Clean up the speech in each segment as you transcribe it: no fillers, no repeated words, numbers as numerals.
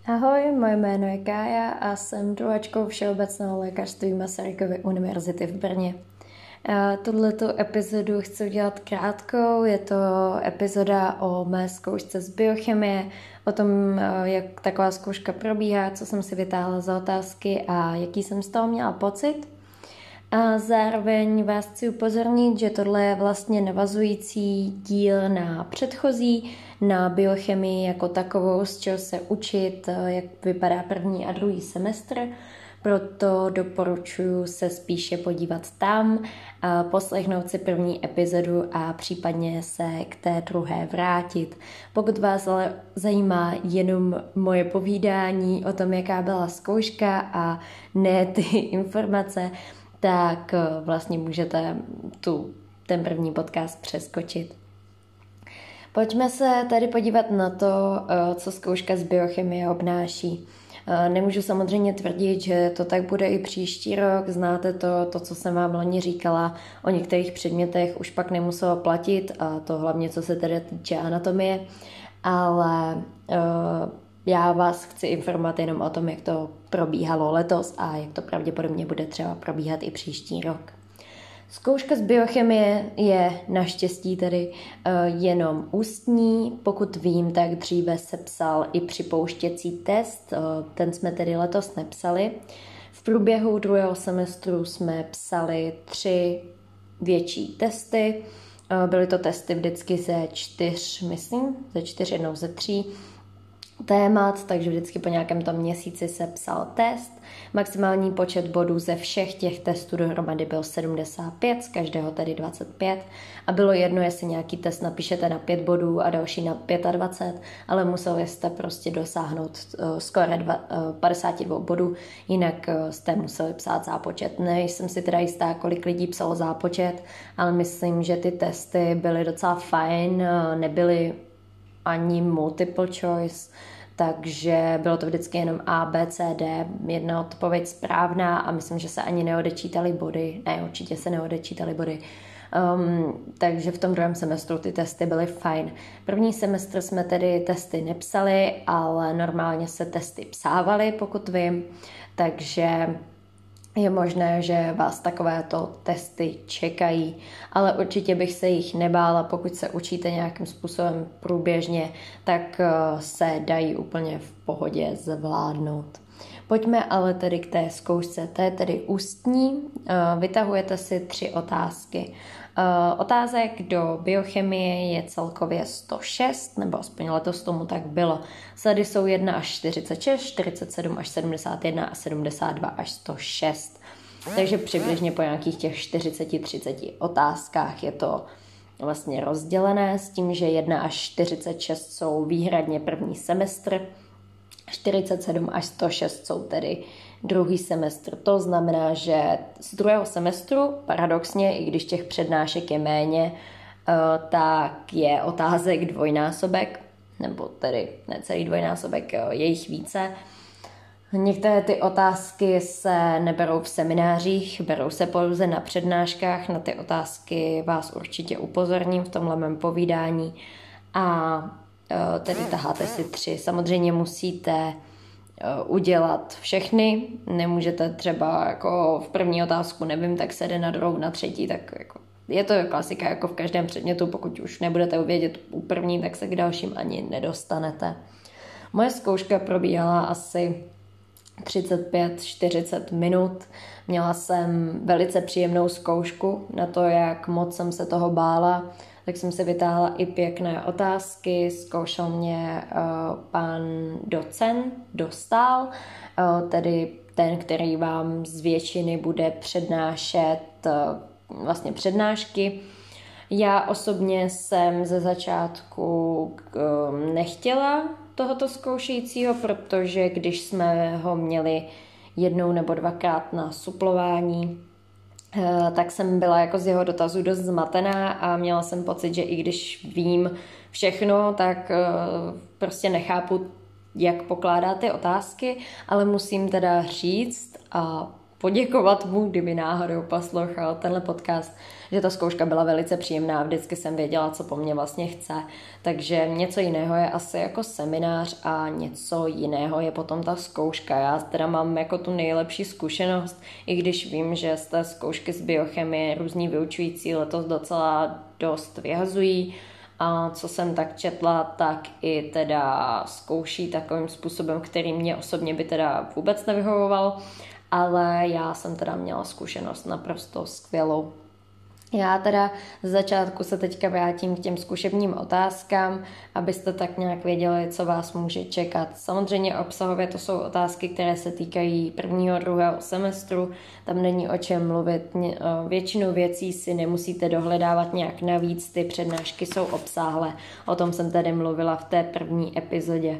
Ahoj, moje jméno je Kája a jsem druhačkou Všeobecného lékařství Masarykovy univerzity v Brně. Tuto epizodu chci udělat krátkou, je to epizoda o mé zkoušce z biochemie, o tom, jak taková zkouška probíhá, co jsem si vytáhla za otázky a jaký jsem z toho měla pocit. A zároveň vás chci upozornit, že tohle je vlastně navazující díl na předchozí, na biochemii jako takovou, z čeho se učit, jak vypadá první a druhý semestr. Proto doporučuji se spíše podívat tam, poslechnout si první epizodu a případně se k té druhé vrátit. Pokud vás ale zajímá jenom moje povídání o tom, jaká byla zkouška a ne ty informace, tak vlastně můžete ten první podcast přeskočit. Pojďme se tady podívat na to, co zkouška z biochemie obnáší. Nemůžu samozřejmě tvrdit, že to tak bude i příští rok. Znáte to, co jsem vám loni říkala, o některých předmětech už pak nemuselo platit, a to hlavně, co se tedy týče anatomie, ale já vás chci informovat jenom o tom, jak to probíhalo letos a jak to pravděpodobně bude třeba probíhat i příští rok. Zkouška z biochemie je naštěstí tedy jenom ústní. Pokud vím, tak dříve se psal i připouštěcí test, ten jsme tedy letos nepsali. V průběhu druhého semestru jsme psali 3 větší testy. Byly to testy vždycky ze 4, myslím, ze 4, jednou ze 3 témat, takže vždycky po nějakém tom měsíci se psal test. Maximální počet bodů ze všech těch testů dohromady byl 75, z každého tedy 25 a bylo jedno, jestli nějaký test napíšete na 5 bodů a další na 25, ale museli jste prostě dosáhnout skoro 52 bodů, jinak jste museli psát zápočet. Nejsem si teda jistá, kolik lidí psalo zápočet, ale myslím, že ty testy byly docela fajn, nebyly ani multiple choice, takže bylo to vždycky jenom A, B, C, D, jedna odpověď správná a myslím, že se ani neodečítaly body. Ne, určitě se neodečítaly body. Takže v tom druhém semestru ty testy byly fajn. První semestr jsme tedy testy nepsali, ale normálně se testy psávaly, pokud vím, takže je možné, že vás takovéto testy čekají, ale určitě bych se jich nebála, pokud se učíte nějakým způsobem průběžně, tak se dají úplně v pohodě zvládnout. Pojďme ale tedy k té zkoušce, to je tedy ústní, vytahujete si 3 otázky. Otázek do biochemie je celkově 106, nebo aspoň letos tomu tak bylo. Sady jsou 1 až 46, 47 až 71 a 72 až 106. Takže přibližně po nějakých těch 40-30 otázkách je to vlastně rozdělené s tím, že 1 až 46 jsou výhradně první semestr, 47 až 106 jsou tedy druhý semestr. To znamená, že z druhého semestru, paradoxně, i když těch přednášek je méně, tak je otázek dvojnásobek, nebo tedy necelý dvojnásobek, je jich více. Některé ty otázky se neberou v seminářích, berou se pouze na přednáškách. Na ty otázky vás určitě upozorním v tomhle mém povídání a tedy taháte si 3. Samozřejmě musíte udělat všechny, nemůžete třeba jako v první otázku nevím, tak se jde na druhou, na třetí, tak jako je to klasika jako v každém předmětu, pokud už nebudete uvědět u první, tak se k dalším ani nedostanete. Moje zkouška probíhala asi 35-40 minut. Měla jsem velice příjemnou zkoušku na to, jak moc jsem se toho bála, tak jsem si vytáhla i pěkné otázky, zkoušel mě pan docent Dostál, tedy ten, který vám z většiny bude přednášet vlastně přednášky. Já osobně jsem ze začátku nechtěla tohoto zkoušejícího, protože když jsme ho měli 1 nebo 2krát na suplování, tak jsem byla jako z jeho dotazů dost zmatená a měla jsem pocit, že i když vím všechno, tak prostě nechápu, jak pokládá ty otázky, ale musím teda říct a poděkovat mu, kdyby náhodou poslouchal tenhle podcast, že ta zkouška byla velice příjemná, vždycky jsem věděla, co po mně vlastně chce, takže něco jiného je asi jako seminář a něco jiného je potom ta zkouška. Já teda mám jako tu nejlepší zkušenost, i když vím, že z té zkoušky z biochemie různí vyučující letos docela dost vyhazují, a co jsem tak četla, tak i teda zkouší takovým způsobem, který mě osobně by teda vůbec nevyhovoval, ale já jsem teda měla zkušenost naprosto skvělou. Já teda z začátku se teďka vrátím k těm zkušebním otázkám, abyste tak nějak věděli, co vás může čekat. Samozřejmě obsahově to jsou otázky, které se týkají prvního, druhého semestru, tam není o čem mluvit, většinu věcí si nemusíte dohledávat nějak navíc, ty přednášky jsou obsáhlé, o tom jsem tady mluvila v té první epizodě.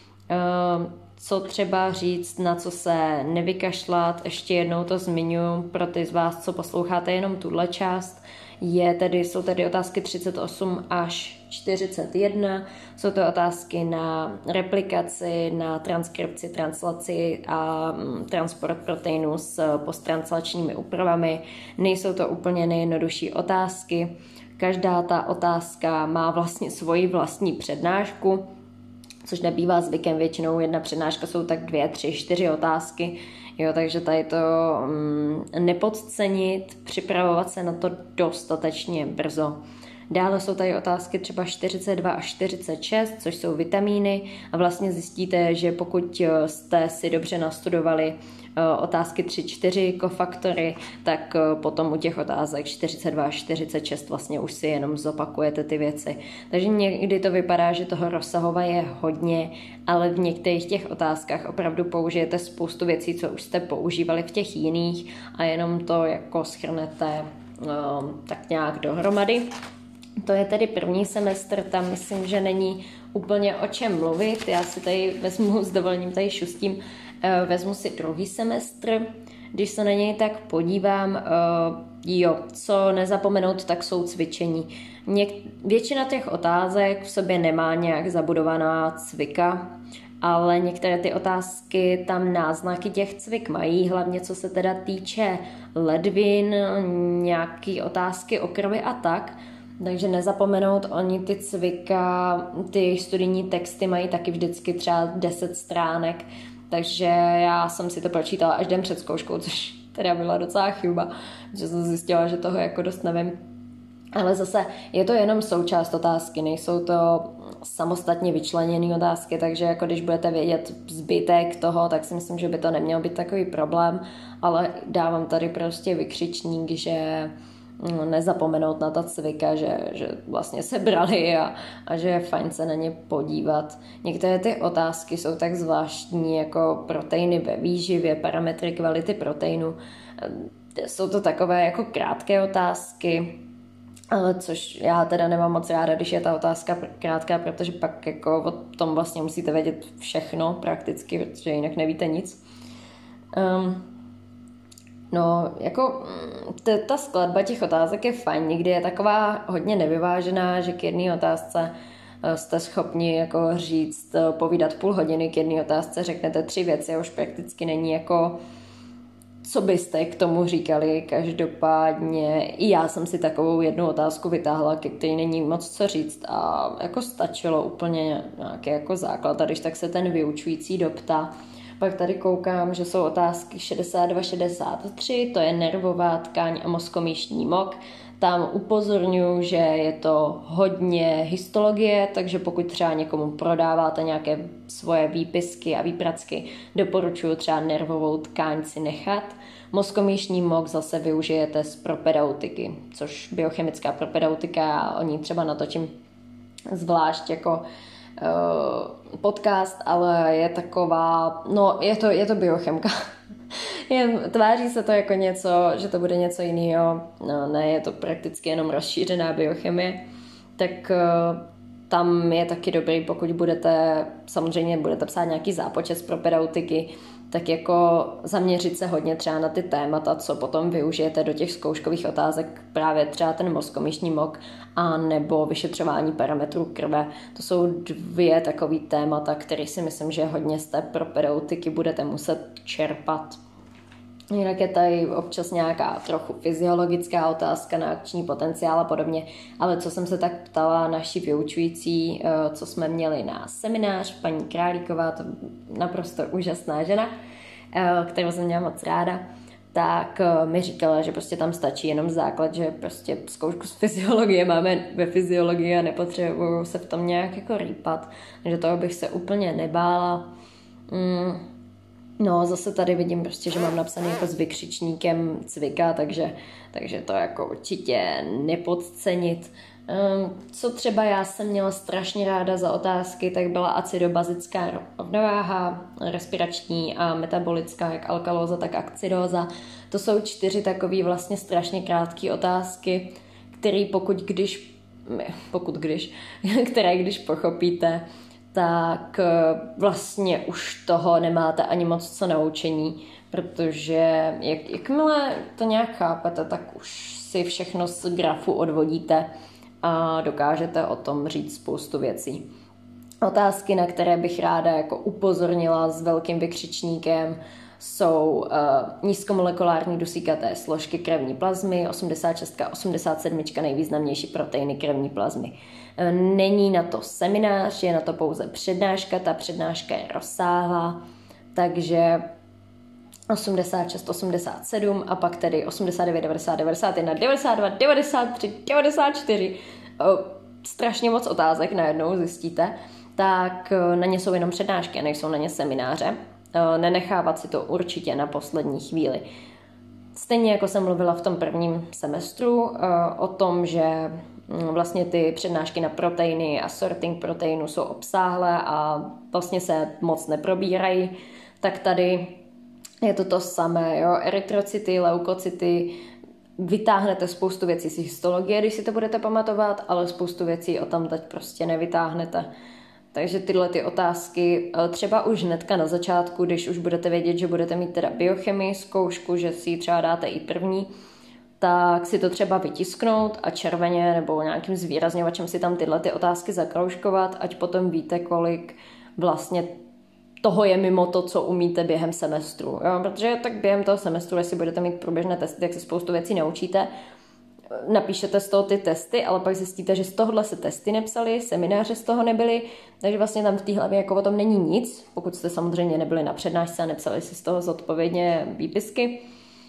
Co třeba říct, na co se nevykašlat, ještě jednou to zmiňuji pro ty z vás, co posloucháte jenom tuhle část, jsou tady otázky 38 až 41, jsou to otázky na replikaci, na transkripci, translaci a transport proteinů s posttranslačními úpravami. Nejsou to úplně nejjednodušší otázky, každá ta otázka má vlastně svoji vlastní přednášku, což nebývá zvykem, většinou jedna přednáška jsou tak 2, 3, 4 otázky, jo, takže tady to nepodcenit, připravovat se na to dostatečně brzo. Dále jsou tady otázky třeba 42 až 46, což jsou vitamíny a vlastně zjistíte, že pokud jste si dobře nastudovali otázky 3-4 kofaktory, tak potom u těch otázek 42 až 46 vlastně už si jenom zopakujete ty věci. Takže někdy to vypadá, že toho rozsahové je hodně, ale v některých těch otázkách opravdu použijete spoustu věcí, co už jste používali v těch jiných a jenom to jako shrnete tak nějak dohromady. To je tedy první semestr, tam myslím, že není úplně o čem mluvit. Já si tady vezmu s dovolením, tady šustím, vezmu si druhý semestr. Když se na něj tak podívám, co nezapomenout, tak jsou cvičení. Většina těch otázek v sobě nemá nějak zabudovaná cvika, ale některé ty otázky tam náznaky těch cvik mají, hlavně co se teda týče ledvin, nějaké otázky o krvi a tak. Takže nezapomenout, oni ty cvika, ty studijní texty mají taky vždycky třeba 10 stránek, takže já jsem si to pročítala až den před zkouškou, což teda byla docela chyba, že jsem zjistila, že toho jako dost nevím. Ale zase je to jenom součást otázky, nejsou to samostatně vyčleněné otázky, takže jako když budete vědět zbytek toho, tak si myslím, že by to neměl být takový problém, ale dávám tady prostě vykřičník, že nezapomenout na ta cvika, že vlastně se brali a že je fajn se na ně podívat. Některé ty otázky jsou tak zvláštní, jako proteiny ve výživě, parametry kvality proteinu. Jsou to takové jako krátké otázky, ale což já teda nemám moc ráda, když je ta otázka krátká, protože pak jako o tom vlastně musíte vědět všechno prakticky, protože jinak nevíte nic. No, jako ta skladba těch otázek je fajn, někdy je taková hodně nevyvážená, že k jedné otázce jste schopni jako říct, povídat půl hodiny, k jedné otázce řeknete 3 věci a už prakticky není jako, co byste k tomu říkali. Každopádně i já jsem si takovou jednu otázku vytáhla, ke které není moc co říct a jako stačilo úplně nějaký jako základ a když tak se ten vyučující doptá. Pak tady koukám, že jsou otázky 62-63, to je nervová tkáň a mozkomíšní mok. Tam upozorňuji, že je to hodně histologie, takže pokud třeba někomu prodáváte nějaké svoje výpisky a výpracky, doporučuji třeba nervovou tkáň si nechat. Mozkomíšní mok zase využijete z propedeutiky, což biochemická propedeutika, o ní třeba natočím zvlášť jako podcast, ale je taková, no je to biochemka. Tváří se to jako něco, že to bude něco jiného, no ne, je to prakticky jenom rozšířená biochemie, tak tam je taky dobrý, pokud samozřejmě budete psát nějaký zápočet z propedeutiky, tak jako zaměřit se hodně třeba na ty témata, co potom využijete do těch zkouškových otázek, právě třeba ten mozkomíšní mok a nebo vyšetřování parametrů krve. To jsou 2 takový témata, které si myslím, že hodně z té propedeutiky budete muset čerpat. Jinak je tady občas nějaká trochu fyziologická otázka na akční potenciál a podobně, ale co jsem se tak ptala naší vyučující, co jsme měli na seminář, paní Králíková, to naprosto úžasná žena, kterou jsem měla moc ráda, tak mi říkala, že prostě tam stačí jenom základ, že prostě zkoušku z fyziologie máme ve fyziologii a nepotřebuju se v tom nějak jako rýpat, že toho bych se úplně nebála. No, zase tady vidím prostě, že mám napsaný jako s vykřičníkem cvika, takže to jako určitě nepodcenit. Co třeba já jsem měla strašně ráda za otázky, tak byla acidobazická rovnováha, respirační a metabolická, jak alkalóza, tak acidóza. To jsou 4 takové vlastně strašně krátké otázky, které které když pochopíte, tak vlastně už toho nemáte ani moc co naučení, protože jakmile to nějak chápete, tak už si všechno z grafu odvodíte a dokážete o tom říct spoustu věcí. Otázky, na které bych ráda jako upozornila s velkým vykřičníkem, jsou nízkomolekulární dusíkaté složky krevní plazmy, 86 a 87 nejvýznamnější proteiny krevní plazmy. Není na to seminář, je na to pouze přednáška, ta přednáška je rozsáhlá, takže 86, 87 a pak tedy 89, 90, 91, 92, 93, 94. Strašně moc otázek najednou zjistíte, tak na ně jsou jenom přednášky, nejsou na ně semináře. Nenechávat si to určitě na poslední chvíli. Stejně jako jsem mluvila v tom prvním semestru o tom, že vlastně ty přednášky na proteiny a sorting proteinů jsou obsáhlé a vlastně se moc neprobírají, tak tady je to samé. Jo? Erytrocyty, leukocyty, vytáhnete spoustu věcí z histologie, když si to budete pamatovat, ale spoustu věcí o tam teď prostě nevytáhnete. Takže tyhle ty otázky třeba už hnedka na začátku, když už budete vědět, že budete mít teda biochemii, zkoušku, že si ji třeba dáte i první, tak si to třeba vytisknout a červeně nebo nějakým zvýrazňovačem si tam tyhle ty otázky zakroužkovat, ať potom víte, kolik vlastně toho je mimo to, co umíte během semestru. Jo? Protože tak během toho semestru, jestli budete mít průběžné testy, tak se spoustu věcí naučíte, napíšete z toho ty testy, ale pak zjistíte, že z tohohle se testy nepsaly, semináře z toho nebyly, takže vlastně tam v té hlavě jako o tom není nic, pokud jste samozřejmě nebyli na přednášce a nepsali si z toho zodpovědně výpisky,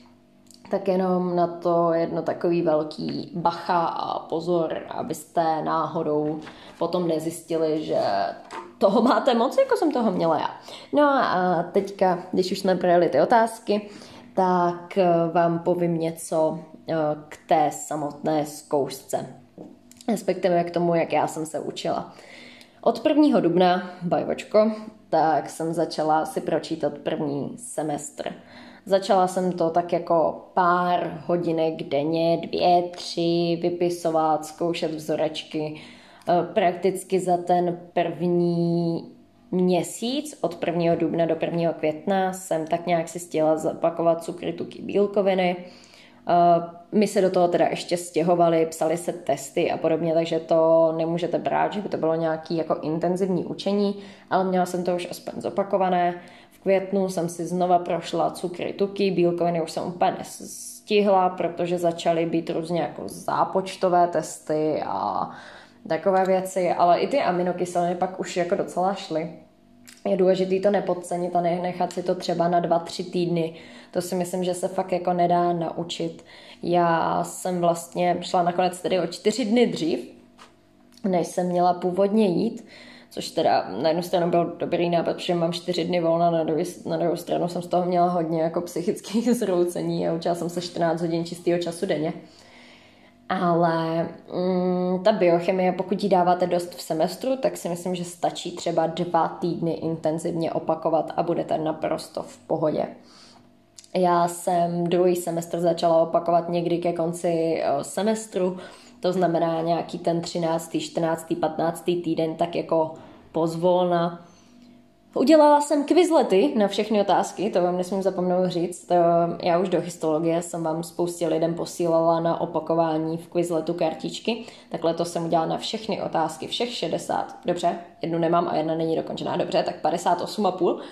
tak jenom na to jedno takový velký bacha a pozor, abyste náhodou potom nezjistili, že toho máte moc, jako jsem toho měla já. No a teďka, když už jsme projeli ty otázky, tak vám povím něco k té samotné zkoušce, respektive k tomu, jak já jsem se učila. Od 1. dubna, bajvočko, tak jsem začala si pročítat první semestr. Začala jsem to tak jako pár hodinek denně, 2, 3, vypisovat, zkoušet vzorečky. Prakticky za ten první měsíc, od 1. dubna do 1. května, jsem tak nějak si stihla zapakovat cukry, tuky, bílkoviny. My se do toho teda ještě stěhovali, psali se testy a podobně, takže to nemůžete brát, že by to bylo nějaké jako intenzivní učení, ale měla jsem to už aspoň zopakované. V květnu jsem si znova prošla cukry, tuky, bílkoviny už jsem úplně nestihla, protože začaly být různě jako zápočtové testy a takové věci, ale i ty aminokyseliny pak už jako docela šly. Je důležité to nepodcenit a nechat si to třeba na 2-3 týdny. To si myslím, že se fakt jako nedá naučit. Já jsem vlastně šla nakonec tedy o 4 dny dřív, než jsem měla původně jít, což teda na jednu stranu byl dobrý nápad, protože mám 4 dny volna, na druhou stranu jsem z toho měla hodně jako psychických zroucení a učila jsem se 14 hodin čistého času denně. Ale ta biochemie, pokud ji dáváte dost v semestru, tak si myslím, že stačí třeba 2 týdny intenzivně opakovat a budete naprosto v pohodě. Já jsem 2. semestr začala opakovat někdy ke konci semestru, to znamená nějaký ten 13., 14., 15. týden, tak jako pozvolna. Udělala jsem quizlety na všechny otázky, to vám nesmím zapomenout říct. Já už do histologie jsem vám spoustě lidem posílala na opakování v quizletu kartičky, takhle to jsem udělala na všechny otázky, všech 60. Dobře, jednu nemám a jedna není dokončená, dobře, tak 58,5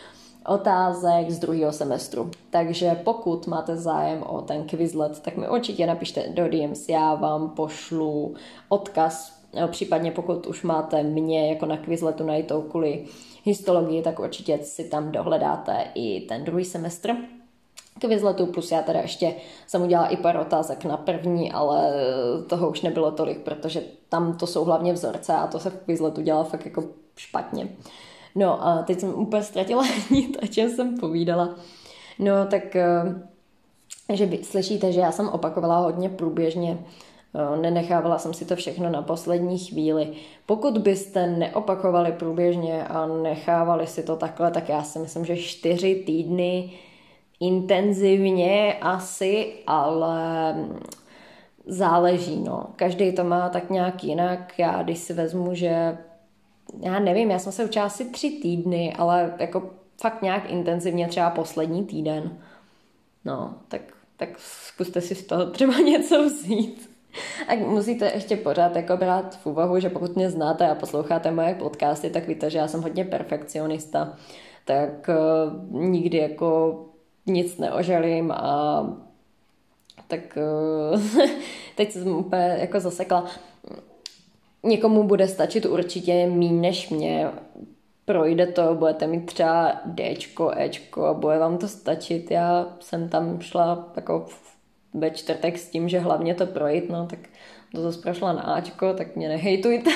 otázek z druhého semestru. Takže pokud máte zájem o ten Quizlet, tak mi určitě napište do DMs, já vám pošlu odkaz, případně pokud už máte mě jako na Quizletu najitou kvůli histologii, tak určitě si tam dohledáte i ten druhý semestr Quizletu, plus já teda ještě jsem udělala i pár otázek na první, ale toho už nebylo tolik, protože tam to jsou hlavně vzorce a to se v Quizletu dělá fakt jako špatně. No a teď jsem úplně ztratila nit, o čem jsem povídala. No tak, že slyšíte, že já jsem opakovala hodně průběžně, nenechávala jsem si to všechno na poslední chvíli. Pokud byste neopakovali průběžně a nechávali si to takhle, tak já si myslím, že 4 týdny intenzivně asi, ale záleží, no. Každý to má tak nějak jinak. Já když si vezmu, že já nevím, já jsem se učila asi 3 týdny, ale jako fakt nějak intenzivně třeba poslední týden. No, tak zkuste si z toho třeba něco vzít. A musíte ještě pořád jako brát v úvahu, že pokud mě znáte a posloucháte moje podcasty, tak víte, že já jsem hodně perfekcionista. Tak nikdy jako nic neožalím a tak teď jsem úplně jako zasekla. Někomu bude stačit určitě míň než mě. Projde to, budete mít třeba Dčko, Ečko a bude vám to stačit. Já jsem tam šla jako ve čtvrtek s tím, že hlavně to projít, no tak to zase prošla na Ačko, tak mě nehejtujte.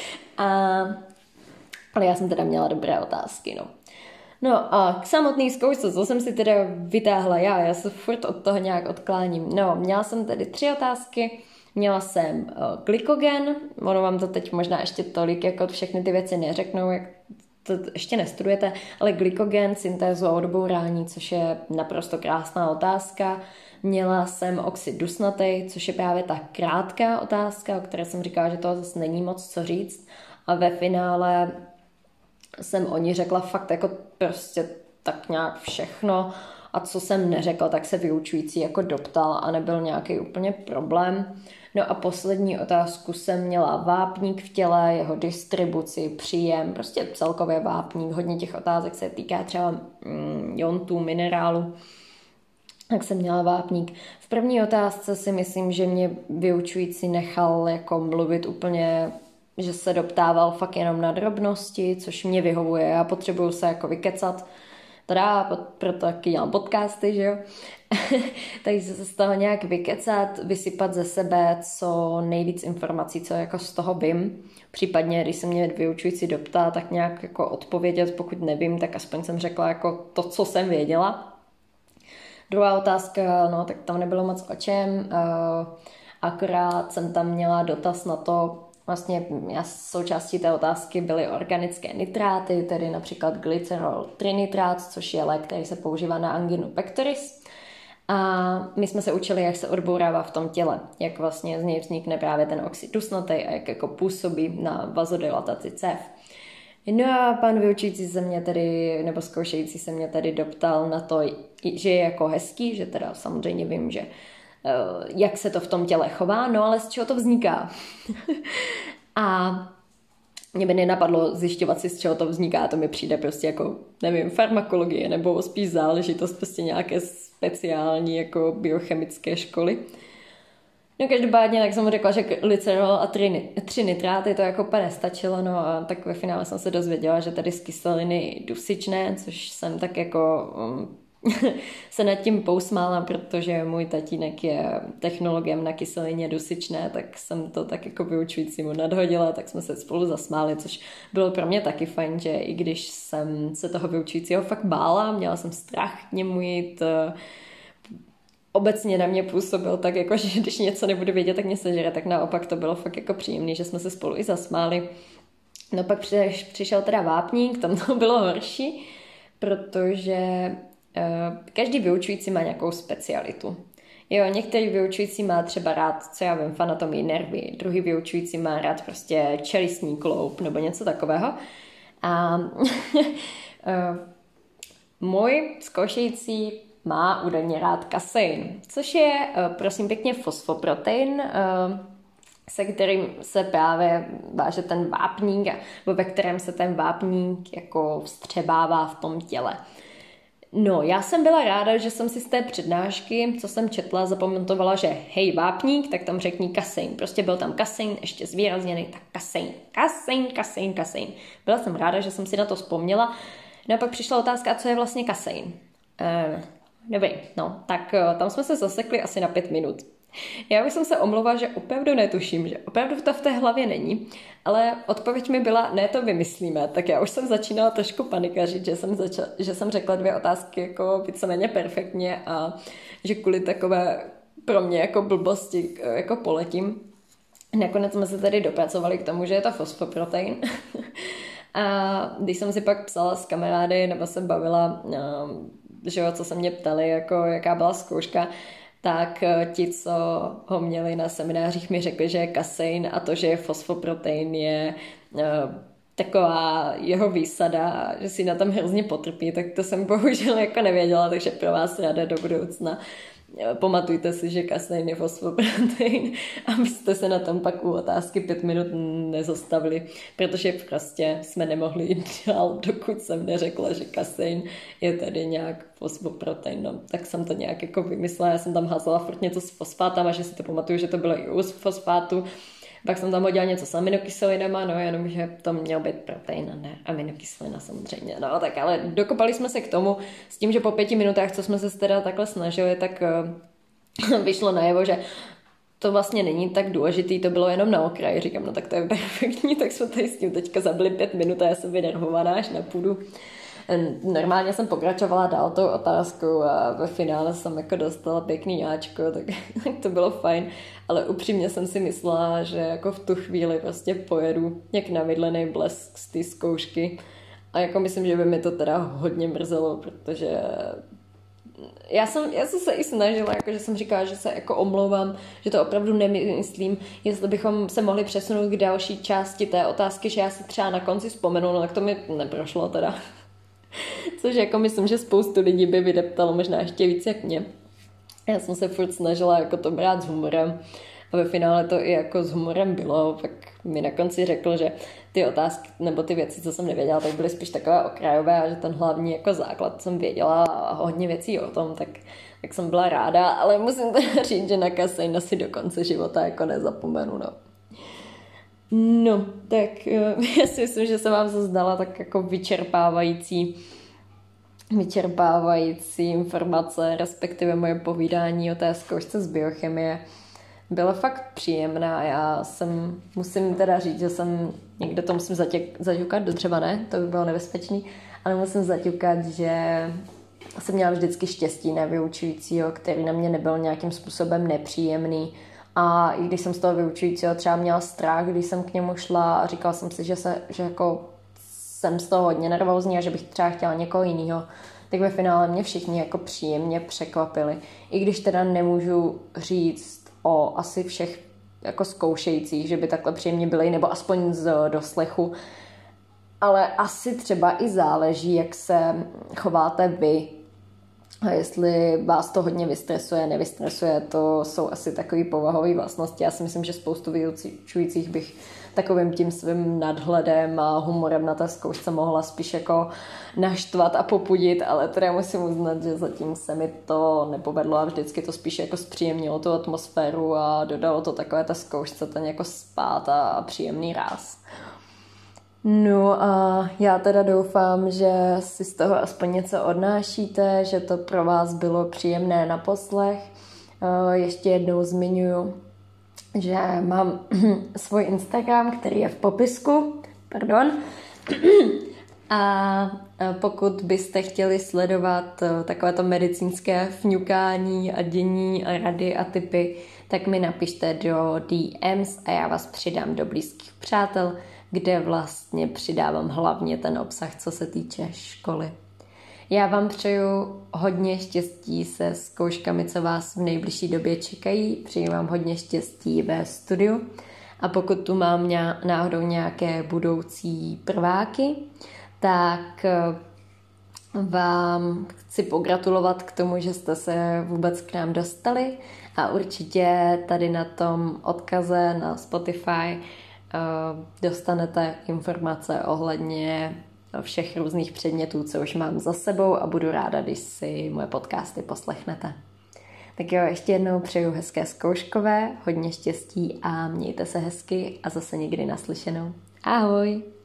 Ale já jsem teda měla dobré otázky, no. No a k samotný zkoušce, co jsem si teda vytáhla já se furt od toho nějak odkláním. No, měla jsem tedy 3 otázky. Měla jsem glykogen, ono vám to teď možná ještě tolik, jako všechny ty věci neřeknou, jak to ještě nestudujete, ale glykogen, syntézu a odbourání, což je naprosto krásná otázka. Měla jsem oxid dusnatý, což je právě ta krátká otázka, o které jsem říkala, že toho zase není moc co říct. A ve finále jsem o ní řekla fakt jako prostě tak nějak všechno. A co jsem neřekla, tak se vyučující jako doptal a nebyl nějaký úplně problém. No a poslední otázku jsem měla vápník v těle, jeho distribuci, příjem, prostě celkově vápník. Hodně těch otázek se týká třeba jontů, minerálu. Tak jsem měla vápník. V první otázce si myslím, že mě vyučující nechal jako mluvit úplně, že se doptával fakt jenom na drobnosti, což mě vyhovuje. Já potřebuju se jako vykecat. Teda, proto taky dělám podcasty, že jo? Takže se z toho nějak vykecat, vysypat ze sebe co nejvíc informací, co jako z toho vím. Případně, když se mě vyučující doptá, tak nějak jako odpovědět, pokud nevím, tak aspoň jsem řekla jako to, co jsem věděla. Druhá otázka, no tak tam nebylo moc o čem, akorát jsem tam měla dotaz na to, vlastně součástí té otázky byly organické nitráty, tedy například glycerol trinitrát, což je lék, který se používá na anginu pectoris. A my jsme se učili, jak se odbourává v tom těle, jak vlastně z něj vznikne právě ten oxid dusnatý a jak jako působí na vazodilataci cév. No a pan vyučující se mě tedy, nebo zkoušející se mě tedy doptal na to, že je jako hezký, že teda samozřejmě vím, že jak se to v tom těle chová, no ale z čeho to vzniká. A mě by nenapadlo zjišťovat si, z čeho to vzniká, to mi přijde prostě jako, nevím, farmakologie, nebo spíš záležitost prostě nějaké speciální jako biochemické školy. No každopádně, tak jsem mu řekla, že glycerol a 3 nitráty to jako úplně nestačilo, no a tak ve finále jsem se dozvěděla, že tady z kyseliny dusičné, což jsem tak jako se nad tím pousmála, protože můj tatínek je technologem na kyselině dusičné, tak jsem to tak jako vyučujícímu nadhodila, tak jsme se spolu zasmáli, což bylo pro mě taky fajn, že i když jsem se toho vyučujícího fakt bála, měla jsem strach k němu jít, obecně na mě působil tak jako, že když něco nebudu vědět, tak mě sežere, tak naopak to bylo fakt jako příjemný, že jsme se spolu i zasmáli. No pak přišel teda vápník, tam to bylo horší, protože každý vyučující má nějakou specialitu. Jo, některý vyučující má třeba rád, co já vím, anatomii nervy, druhý vyučující má rád prostě čelistní kloub nebo něco takového. A můj zkoušející má údajně rád kasein, což je, prosím pěkně, fosfoprotein, se kterým se právě váže ten vápník, nebo ve kterém se ten vápník jako vstřebává v tom těle. No, já jsem byla ráda, že jsem si z té přednášky, co jsem četla, zapamatovala, že hej vápník, tak tam řekni kasein. Prostě byl tam kasein, ještě zvýrazněný, tak kasein. Byla jsem ráda, že jsem si na to vzpomněla. No a pak přišla otázka, co je vlastně kasein. Dobrý, no, tak tam jsme se zasekli asi na 5 minut. Já bych se omlouvala, že opravdu netuším, že opravdu to v té hlavě není, ale odpověď mi byla, ne, to vymyslíme, tak já už jsem začínala trošku panikařit, že jsem řekla 2 otázky jako víceméně perfektně a že kvůli takové pro mě jako blbosti jako poletím. Nakonec jsme se tedy dopracovali k tomu, že je to fosfoprotein. A když jsem si pak psala s kamarády nebo se bavila, že jo, co se mě ptali, jako jaká byla zkouška, tak ti, co ho měli na seminářích, mi řekli, že je kasein a to, že je fosfoprotein, je taková jeho výsada, že si na tom hrozně potrpí, tak to jsem bohužel jako nevěděla, takže pro vás rada do budoucna. Pamatujte si, že kasein je fosfoprotein, abyste se na tom pak u otázky 5 minut nezastavili, protože prostě jsme nemohli jít dál, dokud jsem neřekla, že kasein je tady nějak fosfoprotein. No, tak jsem to nějak jako vymyslela, já jsem tam házela furt něco s fosfátama, že si to pamatuju, že to bylo i u fosfátu. Pak jsem tam hodila něco s aminokyselinama, no jenom, že to měl být protein a ne aminokyselina samozřejmě. No tak ale dokopali jsme se k tomu s tím, že po 5 minutách, co jsme se teda takhle snažili, tak vyšlo najevo, že to vlastně není tak důležitý, to bylo jenom na okraji. Říkám, no tak to je perfektní, tak jsme tady s tím teďka zabili 5 minut a já jsem vynervovaná až na půdu. Normálně jsem pokračovala dál tou otázkou a ve finále jsem jako dostala pěkný jáčko, tak to bylo fajn, ale upřímně jsem si myslela, že jako v tu chvíli prostě pojedu jak namydlený blesk z té zkoušky a jako myslím, že by mi to teda hodně mrzelo, protože já jsem se i snažila, jako že jsem říkala, že se jako omlouvám, že to opravdu nemyslím, jestli bychom se mohli přesunout k další části té otázky, že já si třeba na konci vzpomenu, no tak to mi neprošlo teda. Což jako myslím, že spoustu lidí by vydeptalo možná ještě víc jak mě. Já jsem se furt snažila jako to brát s humorem a ve finále to i jako s humorem bylo. Pak mi na konci řekl, že ty otázky nebo ty věci, co jsem nevěděla, tak byly spíš takové okrajové a že ten hlavní jako základ jsem věděla a hodně věcí o tom, tak jsem byla ráda, ale musím teda říct, že na kasein asi do konce života jako nezapomenu, no. No, tak já si myslím, že jsem vám zazdala tak jako vyčerpávající informace, respektive moje povídání o té zkoušce z biochemie. Byla fakt příjemná, musím teda říct, že jsem někde to musím zaťukat do dřeva, ne? To by bylo nebezpečný, ale musím zaťukat, že jsem měla vždycky štěstí na vyučujícího, který na mě nebyl nějakým způsobem nepříjemný. A i když jsem z toho vyučujícího třeba měla strach, když jsem k němu šla a říkala jsem si, že jako jsem z toho hodně nervózní a že bych třeba chtěla někoho jiného, tak ve finále mě všichni jako příjemně překvapili. I když teda nemůžu říct o asi všech jako zkoušejících, že by takhle příjemně byli, nebo aspoň z doslechu, ale asi třeba i záleží, jak se chováte vy. A jestli vás to hodně vystresuje, nevystresuje, to jsou asi takové povahové vlastnosti. Já si myslím, že spoustu vyučujících bych takovým tím svým nadhledem a humorem na té zkoušce mohla spíš jako naštvat a popudit, ale teda musím uznat, že zatím se mi to nepovedlo a vždycky to spíš jako zpříjemnilo tu atmosféru a dodalo to takové ta zkoušce ten jako spát a příjemný ráz. No a já teda doufám, že si z toho aspoň něco odnášíte, že to pro vás bylo příjemné na poslech. Ještě jednou zmiňuji, že mám svůj Instagram, který je v popisku. A pokud byste chtěli sledovat takovéto medicínské fňukání a dění a rady a tipy, tak mi napište do DMs a já vás přidám do blízkých přátel, kde vlastně přidávám hlavně ten obsah, co se týče školy. Já vám přeju hodně štěstí se zkouškami, co vás v nejbližší době čekají. Přeju vám hodně štěstí ve studiu. A pokud tu mám náhodou nějaké budoucí prváky, tak vám chci pogratulovat k tomu, že jste se vůbec k nám dostali a určitě tady na tom odkaze na Spotify dostanete informace ohledně všech různých předmětů, co už mám za sebou a budu ráda, když si moje podcasty poslechnete. Tak jo, ještě jednou přeju hezké zkouškové, hodně štěstí a mějte se hezky a zase někdy naslyšenou. Ahoj!